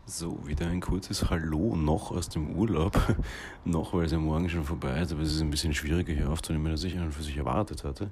So, wieder ein kurzes Hallo noch aus dem Urlaub. Noch, weil es ja morgen schon vorbei ist, aber es ist ein bisschen schwieriger hier aufzunehmen, als ich an und für sich erwartet hatte.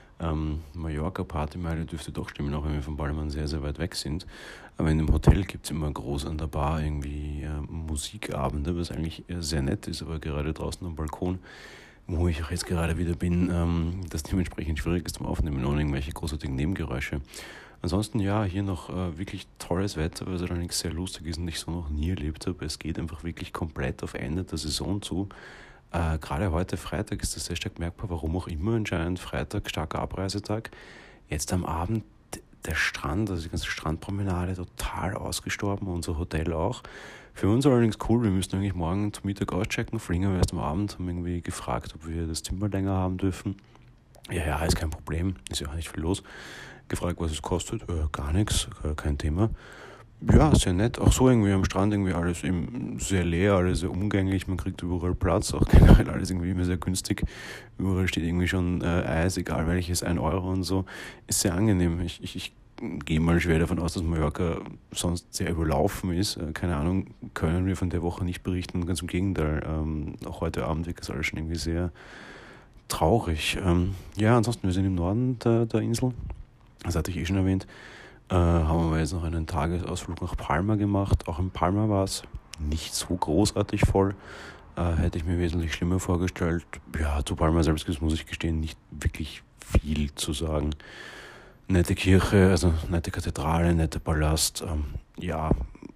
Mallorca Partymeile dürfte doch stimmen, auch wenn wir von Ballermann sehr, sehr weit weg sind. Aber in dem Hotel gibt es immer groß an der Bar irgendwie Musikabende, was eigentlich sehr nett ist, aber gerade draußen am Balkon, wo ich auch jetzt gerade wieder bin, das dementsprechend schwierig ist zum Aufnehmen, ohne irgendwelche großartigen Nebengeräusche. Ansonsten ja, hier noch wirklich tolles Wetter, was allerdings sehr lustig ist und ich so noch nie erlebt habe. Es geht einfach wirklich komplett auf Ende der Saison zu. Gerade heute Freitag ist das sehr stark merkbar, warum auch immer anscheinend. Freitag, starker Abreisetag. Jetzt am Abend der Strand, also die ganze Strandpromenade, total ausgestorben, unser Hotel auch. Für uns allerdings cool, wir müssen eigentlich morgen zum Mittag auschecken, fliegen aber erst am Abend, haben irgendwie gefragt, ob wir das Zimmer länger haben dürfen. Ja, ist kein Problem, ist ja auch nicht viel los. Gefragt, was es kostet, gar nichts, kein Thema. Ja, sehr nett. Auch so irgendwie am Strand irgendwie alles eben sehr leer, alles sehr umgänglich. Man kriegt überall Platz, auch generell alles irgendwie immer sehr günstig. Überall steht irgendwie schon Eis, egal welches, 1 Euro und so. Ist sehr angenehm. Ich gehe mal schwer davon aus, dass Mallorca sonst sehr überlaufen ist. Keine Ahnung, können wir von der Woche nicht berichten. Ganz im Gegenteil. Auch heute Abend wirkt es alles schon irgendwie sehr traurig. Ja, ansonsten, wir sind im Norden der Insel. Das hatte ich schon erwähnt. Haben wir jetzt noch einen Tagesausflug nach Palma gemacht. Auch in Palma war es nicht so großartig voll. Hätte ich mir wesentlich schlimmer vorgestellt. Ja, zu Palma selbst muss ich gestehen, nicht wirklich viel zu sagen. Nette Kirche, also nette Kathedrale, netter Palast. Ja,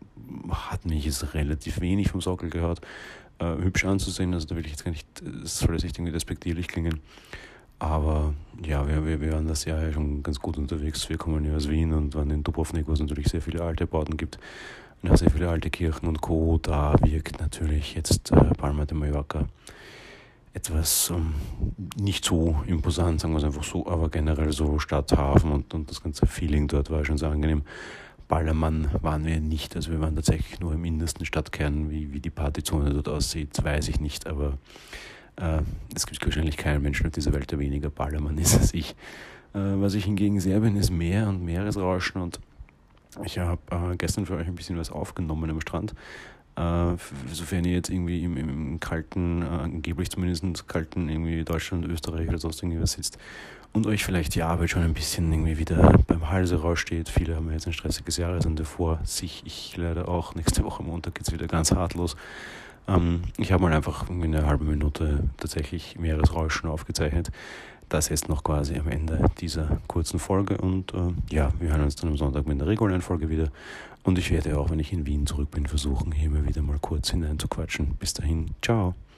hat mich jetzt relativ wenig vom Sockel gehört. Hübsch anzusehen, also da will ich jetzt gar nicht, es soll jetzt nicht irgendwie despektierlich klingen. Aber ja, wir waren das Jahr ja schon ganz gut unterwegs. Wir kommen ja aus Wien und waren in Dubrovnik, wo es natürlich sehr viele alte Bauten gibt. Und auch sehr viele alte Kirchen und Co. Da wirkt natürlich jetzt Palma de Mallorca etwas nicht so imposant, sagen wir es einfach so, aber generell so Stadt, Hafen und das ganze Feeling dort war schon sehr angenehm. Ballermann waren wir nicht, also wir waren tatsächlich nur im innersten Stadtkern. Wie die Partyzone dort aussieht, weiß ich nicht, aber es gibt wahrscheinlich keinen Menschen auf dieser Welt, der weniger Ballermann ist als ich. Was ich hingegen sehr bin, ist Meer und Meeresrauschen, und ich habe gestern für euch ein bisschen was aufgenommen am Strand. Sofern ihr jetzt irgendwie im kalten, angeblich zumindest kalten irgendwie Deutschland, Österreich oder sonst irgendwie was sitzt und euch vielleicht die Arbeit schon ein bisschen irgendwie wieder beim Halse raussteht. Viele haben jetzt ein stressiges Jahresende vor sich. Ich leider auch. Nächste Woche Montag geht es wieder ganz hart los. Ich habe mal einfach irgendwie eine halbe Minute tatsächlich Meeresrauschen aufgezeichnet. Das jetzt noch quasi am Ende dieser kurzen Folge, und ja, wir hören uns dann am Sonntag mit der regulären Folge wieder, und ich werde auch, wenn ich in Wien zurück bin, versuchen, hier mal wieder mal kurz hineinzuquatschen. Bis dahin, ciao.